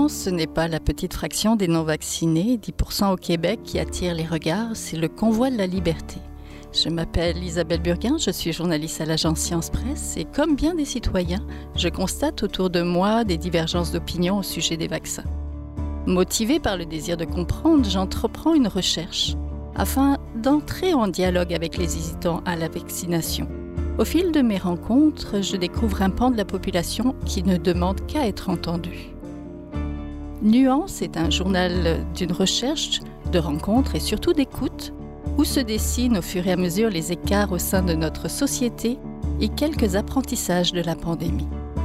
France, ce n'est pas la petite fraction des non-vaccinés, 10% au Québec, qui attire les regards, c'est le convoi de la liberté. Je m'appelle Isabelle Burguin, je suis journaliste à l'agence Science Presse et comme bien des citoyens, je constate autour de moi des divergences d'opinion au sujet des vaccins. Motivée par le désir de comprendre, j'entreprends une recherche afin d'entrer en dialogue avec les hésitants à la vaccination. Au fil de mes rencontres, je découvre un pan de la population qui ne demande qu'à être entendu. Nuance est un journal d'une recherche, de rencontres et surtout d'écoute, où se dessinent au fur et à mesure les écarts au sein de notre société et quelques apprentissages de la pandémie.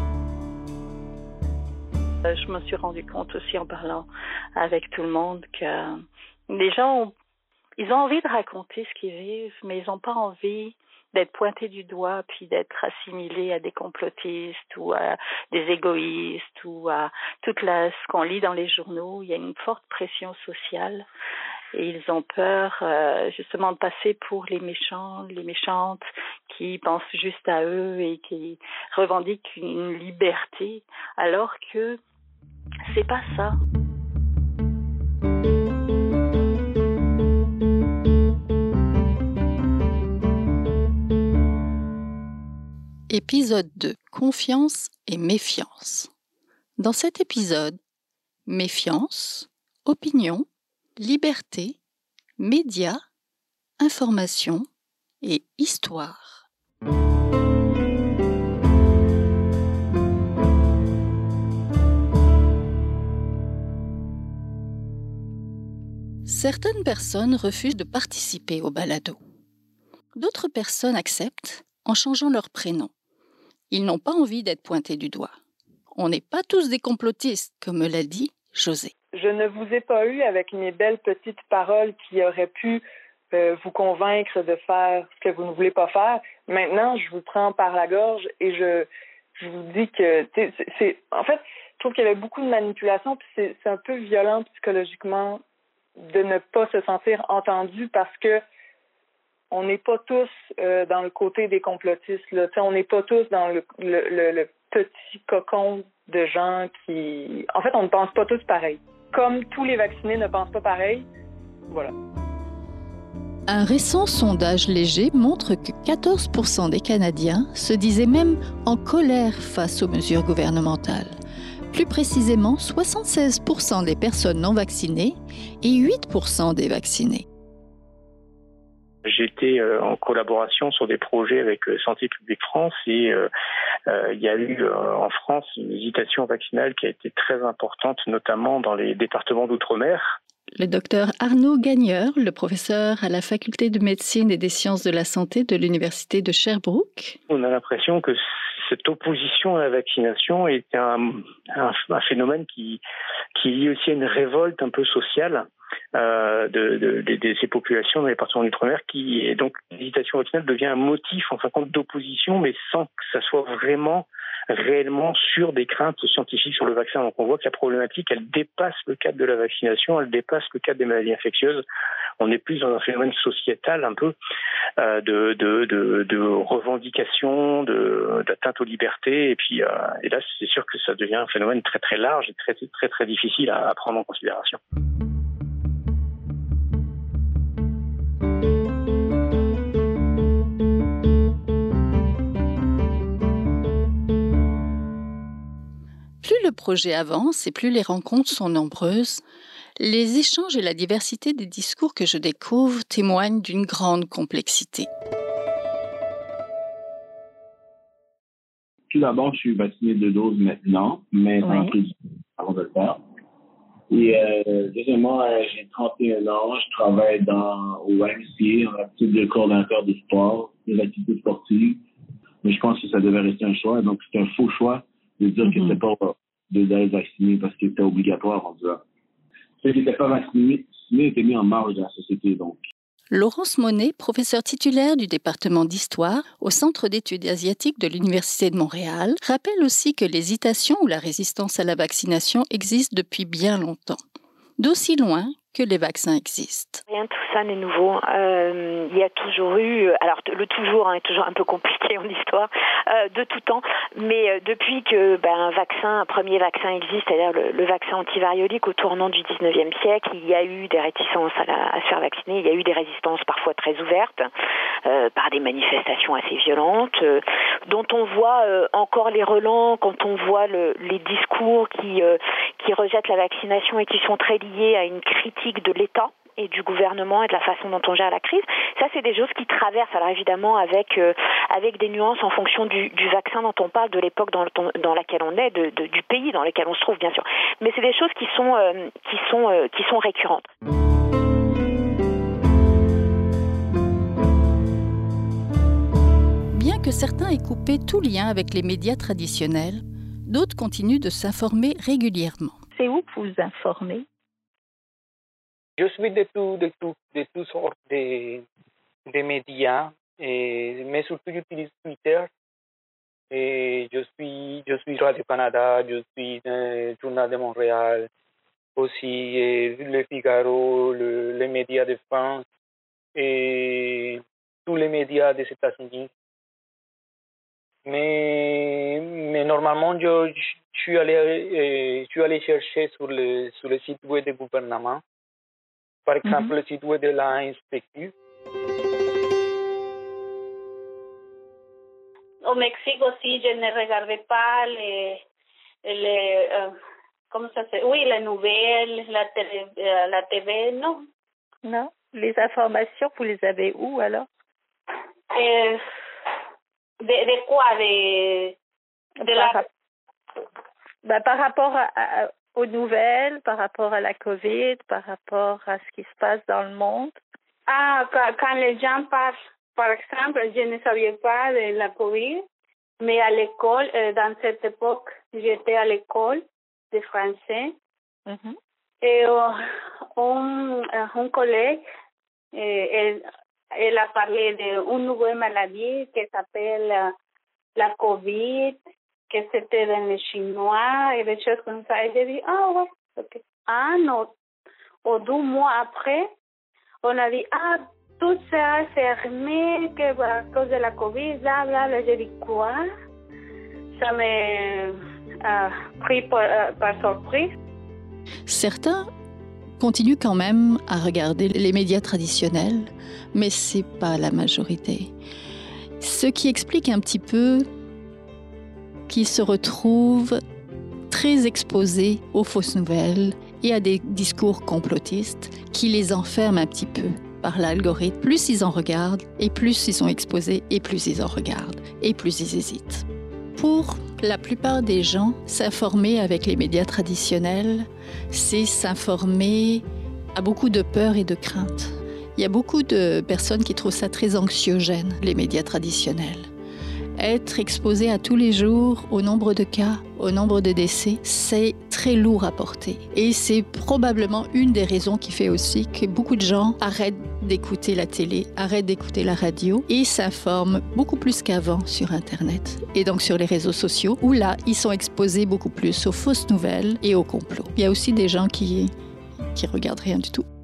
Je me suis rendu compte aussi en parlant avec tout le monde que les gens, ils ont envie de raconter ce qu'ils vivent, mais ils n'ont pas envie d'être pointés du doigt puis d'être assimilés à des complotistes ou à des égoïstes ou à ce qu'on lit dans les journaux. Il y a une forte pression sociale et ils ont peur justement de passer pour les méchants, les méchantes qui pensent juste à eux et qui revendiquent une liberté alors que c'est pas ça. Épisode 2. Confiance et méfiance. Dans cet épisode, méfiance, opinion, liberté, médias, information et histoire. Certaines personnes refusent de participer au balado. D'autres personnes acceptent en changeant leur prénom. Ils n'ont pas envie d'être pointés du doigt. On n'est pas tous des complotistes, comme me l'a dit José. Je ne vous ai pas eu avec mes belles petites paroles qui auraient pu vous convaincre de faire ce que vous ne voulez pas faire. Maintenant, je vous prends par la gorge et je vous dis que en fait, je trouve qu'il y avait beaucoup de manipulation puis c'est un peu violent psychologiquement de ne pas se sentir entendu parce que on n'est pas tous dans le côté des complotistes. Là. On n'est pas tous dans le petit cocon de gens qui... En fait, on ne pense pas tous pareil. Comme tous les vaccinés ne pensent pas pareil, voilà. Un récent sondage léger montre que 14% des Canadiens se disaient même en colère face aux mesures gouvernementales. Plus précisément, 76% des personnes non vaccinées et 8% des vaccinés. J'étais en collaboration sur des projets avec Santé publique France et il y a eu en France une hésitation vaccinale qui a été très importante, notamment dans les départements d'outre-mer. Le docteur Arnaud Gagneur, le professeur à la faculté de médecine et des sciences de la santé de l'université de Sherbrooke. On a l'impression que cette opposition à la vaccination est un phénomène qui est lié aussi à une révolte un peu sociale de ces populations dans les départements d'outre-mer et donc l'hésitation vaccinale devient un motif en fin de compte d'opposition mais sans que ça soit réellement sur des craintes scientifiques sur le vaccin. Donc on voit que la problématique elle dépasse le cadre de la vaccination, elle dépasse le cadre des maladies infectieuses. On est plus dans un phénomène sociétal un peu de revendication, d'atteinte aux libertés et là c'est sûr que ça devient un phénomène très très large et très très très difficile à prendre en considération. Plus le projet avance et plus les rencontres sont nombreuses, les échanges et la diversité des discours que je découvre témoignent d'une grande complexité. Tout d'abord, je suis vacciné 2 doses maintenant, mais ça a pris du temps avant de le faire. Et deuxièmement, j'ai 31 ans, je travaille au YMCA, en activité de coordonnateur de sport, des activités sportives. Mais je pense que ça devait rester un choix. Donc, c'est un faux choix de dire que c'était pas d'être vacciné parce que c'était obligatoire, on dirait. Ceux qui n'étaient pas vaccinés étaient mis en marge de la société, donc. Laurence Monet, professeure titulaire du département d'histoire au Centre d'études asiatiques de l'Université de Montréal, rappelle aussi que l'hésitation ou la résistance à la vaccination existe depuis bien longtemps, d'aussi loin que les vaccins existent. Rien de tout ça n'est nouveau. Il y a toujours eu, alors le toujours est toujours un peu compliqué en histoire, de tout temps, mais depuis que un premier vaccin existe, c'est-à-dire le vaccin antivariolique au tournant du 19e siècle, il y a eu des réticences à se faire vacciner, il y a eu des résistances parfois très ouvertes, par des manifestations assez violentes, dont on voit encore les relents quand on voit les discours qui rejettent la vaccination et qui sont très liés à une critique de l'État et du gouvernement et de la façon dont on gère la crise. Ça, c'est des choses qui traversent, alors évidemment avec des nuances en fonction du vaccin dont on parle, de l'époque dans laquelle on est, du pays dans lequel on se trouve, bien sûr. Mais c'est des choses qui sont récurrentes. Bien que certains aient coupé tout lien avec les médias traditionnels, d'autres continuent de s'informer régulièrement. C'est où vous vous informez? Je suis de toutes sortes de médias, mais surtout j'utilise Twitter. Et je suis Radio-Canada, je suis Journal de Montréal, aussi Le Figaro, les médias de France et tous les médias des États-Unis. Mais normalement, je suis allé chercher sur le site web du gouvernement. Par exemple, le site web de la Inspecture. Au Mexique aussi, je ne regardais pas comment ça s'appelle? Oui, les nouvelles, la TV, non. Non. Les informations, vous les avez où alors? De quoi? Par rapport aux nouvelles, par rapport à la COVID, par rapport à ce qui se passe dans le monde? Quand les gens parlent, par exemple, je ne savais pas de la COVID, mais à l'école, dans cette époque, j'étais à l'école de français. Et un collègue, elle a parlé d'une nouvelle maladie qui s'appelle la COVID, que c'était dans le chinois et des choses comme ça. Et j'ai dit, ouais, ok. Un ou 2 mois après, on a dit, tout ça a fermé que à cause de la COVID, bla, bla, bla. J'ai dit, quoi? Ça m'a pris par surprise. Certains continuent quand même à regarder les médias traditionnels, mais c'est pas la majorité. Ce qui explique un petit peu qu'ils se retrouvent très exposés aux fausses nouvelles et à des discours complotistes qui les enferment un petit peu par l'algorithme. Plus ils en regardent, et plus ils sont exposés, et plus ils en regardent, et plus ils hésitent. Pour la plupart des gens, s'informer avec les médias traditionnels, c'est s'informer à beaucoup de peur et de crainte. Il y a beaucoup de personnes qui trouvent ça très anxiogène, les médias traditionnels. Être exposé à tous les jours au nombre de cas, au nombre de décès, c'est très lourd à porter. Et c'est probablement une des raisons qui fait aussi que beaucoup de gens arrêtent d'écouter la télé, arrêtent d'écouter la radio et s'informent beaucoup plus qu'avant sur Internet et donc sur les réseaux sociaux où là, ils sont exposés beaucoup plus aux fausses nouvelles et aux complots. Il y a aussi des gens qui regardent rien du tout.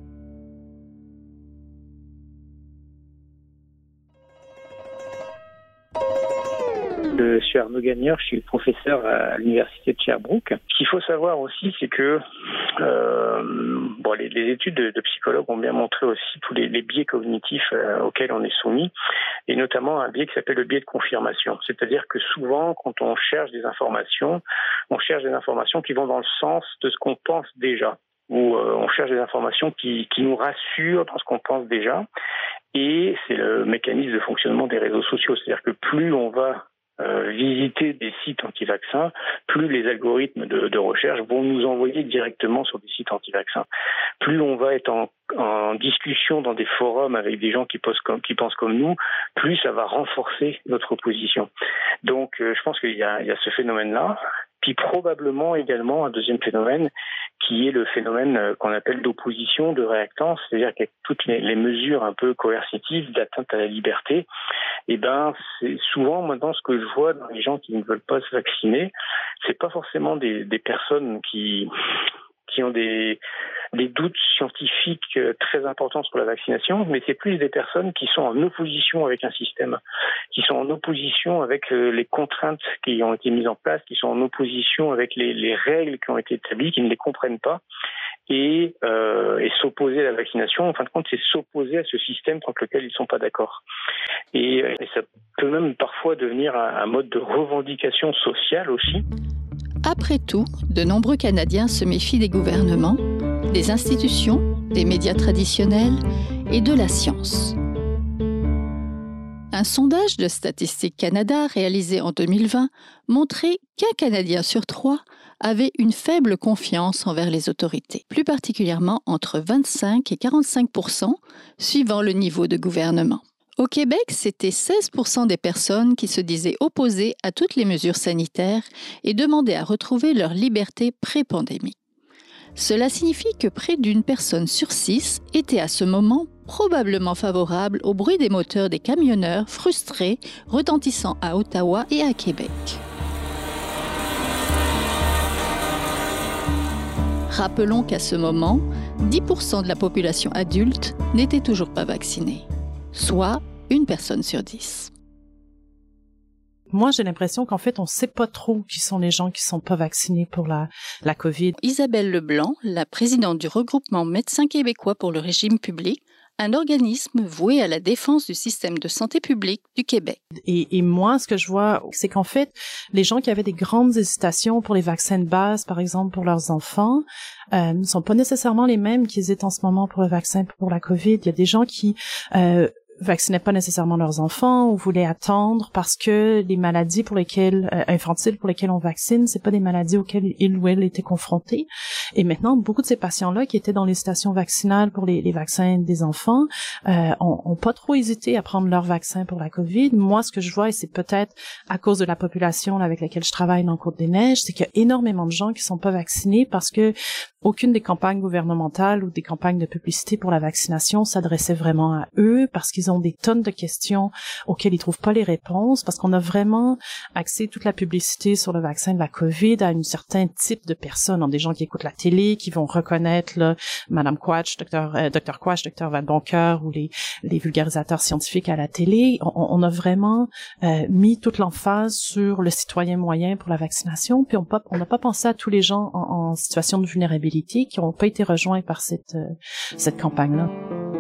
Je suis Arnaud Gagneur, je suis professeur à l'université de Sherbrooke. Ce qu'il faut savoir aussi, c'est que les études de psychologues ont bien montré aussi tous les biais cognitifs auxquels on est soumis, et notamment un biais qui s'appelle le biais de confirmation. C'est-à-dire que souvent, quand on cherche des informations qui vont dans le sens de ce qu'on pense déjà, ou on cherche des informations qui nous rassurent dans ce qu'on pense déjà. Et c'est le mécanisme de fonctionnement des réseaux sociaux. C'est-à-dire que plus on va visiter des sites anti-vaccins, plus les algorithmes de recherche vont nous envoyer directement sur des sites anti-vaccins. Plus on va être en discussion dans des forums avec des gens qui pensent comme nous, plus ça va renforcer notre position. Donc je pense qu'il y a ce phénomène-là. Puis probablement également un deuxième phénomène qui est le phénomène qu'on appelle d'opposition, de réactance, c'est-à-dire qu'avec toutes les mesures un peu coercitives d'atteinte à la liberté, c'est souvent maintenant ce que je vois dans les gens qui ne veulent pas se vacciner, c'est pas forcément des personnes qui ont des des doutes scientifiques très importants sur la vaccination, mais c'est plus des personnes qui sont en opposition avec un système, qui sont en opposition avec les contraintes qui ont été mises en place, qui sont en opposition avec les règles qui ont été établies, qui ne les comprennent pas. Et s'opposer à la vaccination, en fin de compte, c'est s'opposer à ce système contre lequel ils ne sont pas d'accord. Et ça peut même parfois devenir un mode de revendication sociale aussi. Après tout, de nombreux Canadiens se méfient des gouvernements, des institutions, des médias traditionnels et de la science. Un sondage de Statistique Canada réalisé en 2020 montrait qu'un Canadien sur 3 avait une faible confiance envers les autorités, plus particulièrement entre 25 et 45%, suivant le niveau de gouvernement. Au Québec, c'était 16% des personnes qui se disaient opposées à toutes les mesures sanitaires et demandaient à retrouver leur liberté pré-pandémie. Cela signifie que près d'une personne sur 6 était à ce moment probablement favorable au bruit des moteurs des camionneurs frustrés retentissant à Ottawa et à Québec. Rappelons qu'à ce moment, 10% de la population adulte n'était toujours pas vaccinée, soit une personne sur 10. Moi, j'ai l'impression qu'en fait, on ne sait pas trop qui sont les gens qui sont pas vaccinés pour la COVID. Isabelle Leblanc, la présidente du regroupement Médecins québécois pour le régime public, un organisme voué à la défense du système de santé publique du Québec. Et moi, ce que je vois, c'est qu'en fait, les gens qui avaient des grandes hésitations pour les vaccins de base, par exemple pour leurs enfants, ne sont pas nécessairement les mêmes qui hésitent en ce moment pour le vaccin pour la COVID. Il y a des gens qui vaccinaient pas nécessairement leurs enfants ou voulaient attendre parce que les maladies pour lesquelles infantiles pour lesquelles on vaccine, c'est pas des maladies auxquelles ils ou elles étaient confrontés. Et maintenant, beaucoup de ces patients-là qui étaient dans les stations vaccinales pour les vaccins des enfants ont pas trop hésité à prendre leur vaccin pour la COVID. Moi, ce que je vois, et c'est peut-être à cause de la population avec laquelle je travaille dans Côte-des-Neiges, c'est qu'il y a énormément de gens qui sont pas vaccinés parce que aucune des campagnes gouvernementales ou des campagnes de publicité pour la vaccination s'adressait vraiment à eux parce qu'ils ont des tonnes de questions auxquelles ils trouvent pas les réponses, parce qu'on a vraiment axé toute la publicité sur le vaccin de la COVID à un certain type de personnes, des gens qui écoutent la télé, qui vont reconnaître là, Madame Quach, Dr Quach, Dr Vadeboncoeur ou les vulgarisateurs scientifiques à la télé. On a vraiment mis toute l'emphase sur le citoyen moyen pour la vaccination, puis on n'a pas pensé à tous les gens en situation de vulnérabilité qui n'ont pas été rejoints par cette campagne-là.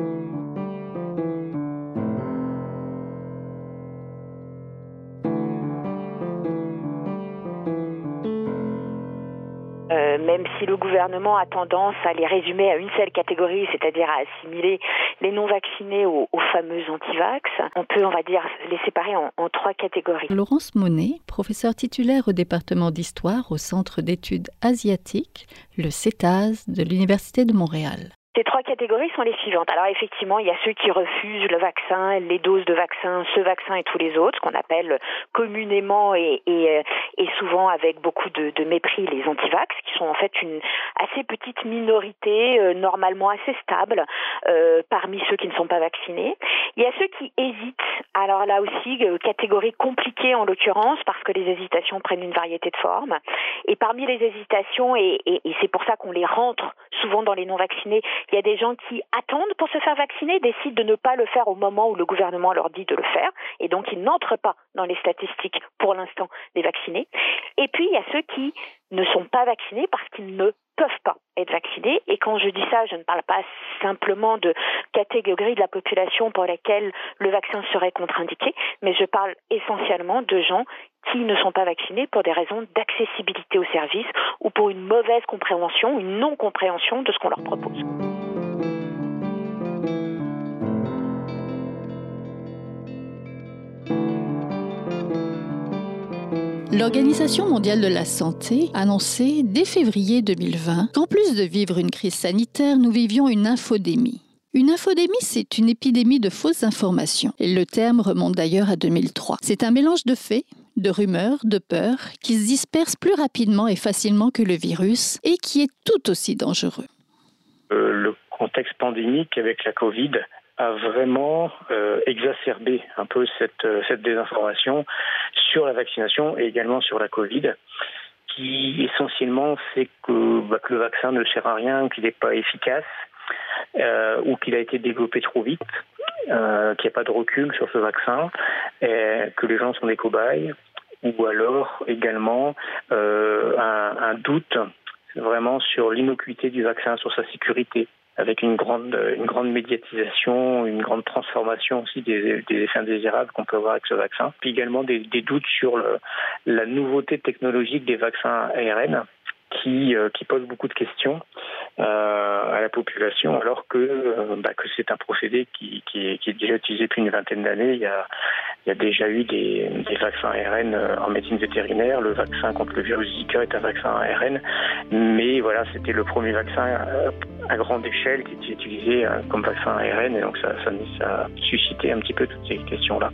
Même si le gouvernement a tendance à les résumer à une seule catégorie, c'est-à-dire à assimiler les non-vaccinés aux fameux anti-vax, on peut, on va dire, les séparer en 3 catégories. Laurence Monet, professeure titulaire au département d'histoire au Centre d'études asiatiques, le CETAS de l'Université de Montréal. Ces 3 catégories sont les suivantes. Alors effectivement, il y a ceux qui refusent le vaccin, les doses de vaccin, ce vaccin et tous les autres, ce qu'on appelle communément et souvent avec beaucoup de mépris les antivax, qui sont en fait une assez petite minorité, normalement assez stable, parmi ceux qui ne sont pas vaccinés. Il y a ceux qui hésitent. Alors là aussi, catégorie compliquée en l'occurrence, parce que les hésitations prennent une variété de formes. Et parmi les hésitations, et c'est pour ça qu'on les rentre souvent dans les non-vaccinés, il y a des gens qui attendent pour se faire vacciner, décident de ne pas le faire au moment où le gouvernement leur dit de le faire, et donc ils n'entrent pas dans les statistiques pour l'instant des vaccinés. Et puis il y a ceux qui ne sont pas vaccinés parce qu'ils ne peuvent pas être vaccinés. Et quand je dis ça, je ne parle pas simplement de catégories de la population pour lesquelles le vaccin serait contre-indiqué, mais je parle essentiellement de gens qui ne sont pas vaccinés pour des raisons d'accessibilité aux services ou pour une mauvaise compréhension, une non-compréhension de ce qu'on leur propose. L'Organisation mondiale de la santé annonçait dès février 2020 qu'en plus de vivre une crise sanitaire, nous vivions une infodémie. Une infodémie, c'est une épidémie de fausses informations. Et le terme remonte d'ailleurs à 2003. C'est un mélange de faits, de rumeurs, de peurs, qui se dispersent plus rapidement et facilement que le virus et qui est tout aussi dangereux. Le contexte pandémique avec la Covid a vraiment exacerbé un peu cette désinformation sur la vaccination et également sur la Covid, qui essentiellement c'est que le vaccin ne sert à rien, qu'il n'est pas efficace, ou qu'il a été développé trop vite, qu'il n'y a pas de recul sur ce vaccin, que les gens sont des cobayes, ou alors également un doute vraiment sur l'innocuité du vaccin, sur sa sécurité, avec une grande médiatisation, une grande transformation aussi des effets indésirables qu'on peut avoir avec ce vaccin. Puis également des doutes sur la nouveauté technologique des vaccins ARN qui posent beaucoup de questions à la population, alors que c'est un procédé qui est déjà utilisé depuis une vingtaine d'années. Il y a déjà eu des vaccins ARN en médecine vétérinaire. Le vaccin contre le virus Zika est un vaccin ARN, mais voilà, c'était le premier vaccin à grande échelle qui était utilisé comme vaccin ARN, et donc ça a suscité un petit peu toutes ces questions-là.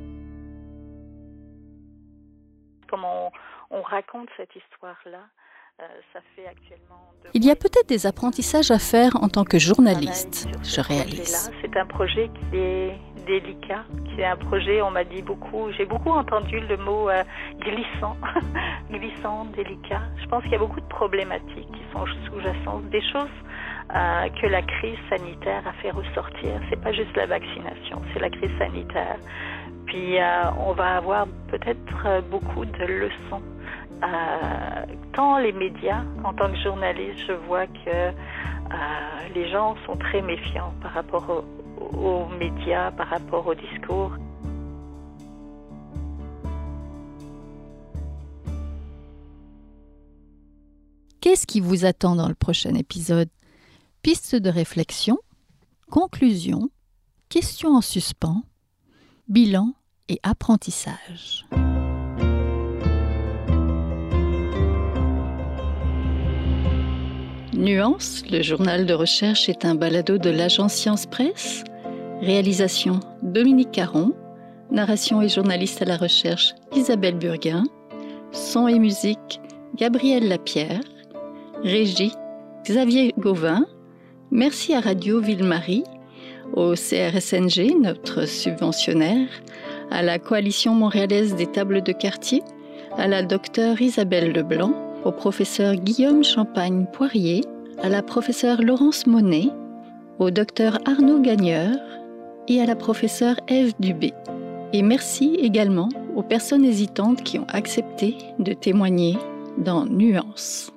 Comment on raconte cette histoire-là? Ça fait actuellement Il y a peut-être des apprentissages à faire en tant que journaliste, je réalise. C'est un projet qui est délicat, qui est un projet, on m'a dit beaucoup, j'ai beaucoup entendu le mot glissant, glissant, délicat. Je pense qu'il y a beaucoup de problématiques qui sont sous-jacentes, des choses que la crise sanitaire a fait ressortir. C'est pas juste la vaccination, c'est la crise sanitaire. Puis on va avoir peut-être beaucoup de leçons. Tant les médias, en tant que journaliste, je vois que les gens sont très méfiants par rapport aux médias, par rapport au discours. Qu'est-ce qui vous attend dans le prochain épisode? Pistes de réflexion, conclusion, questions en suspens, bilan et apprentissage. Nuance, le journal de recherche est un balado de l'agence Science Presse. Réalisation Dominique Caron. Narration et journaliste à la recherche Isabelle Burguin. Son et musique Gabrielle Lapierre. Régie Xavier Gauvin. Merci à Radio Ville-Marie, au CRSNG, notre subventionnaire, à la Coalition montréalaise des tables de quartier, à la docteure Isabelle Leblanc, au professeur Guillaume Champagne-Poirier, à la professeure Laurence Monet, au docteur Arnaud Gagneur et à la professeure Ève Dubé. Et merci également aux personnes hésitantes qui ont accepté de témoigner dans Nuance.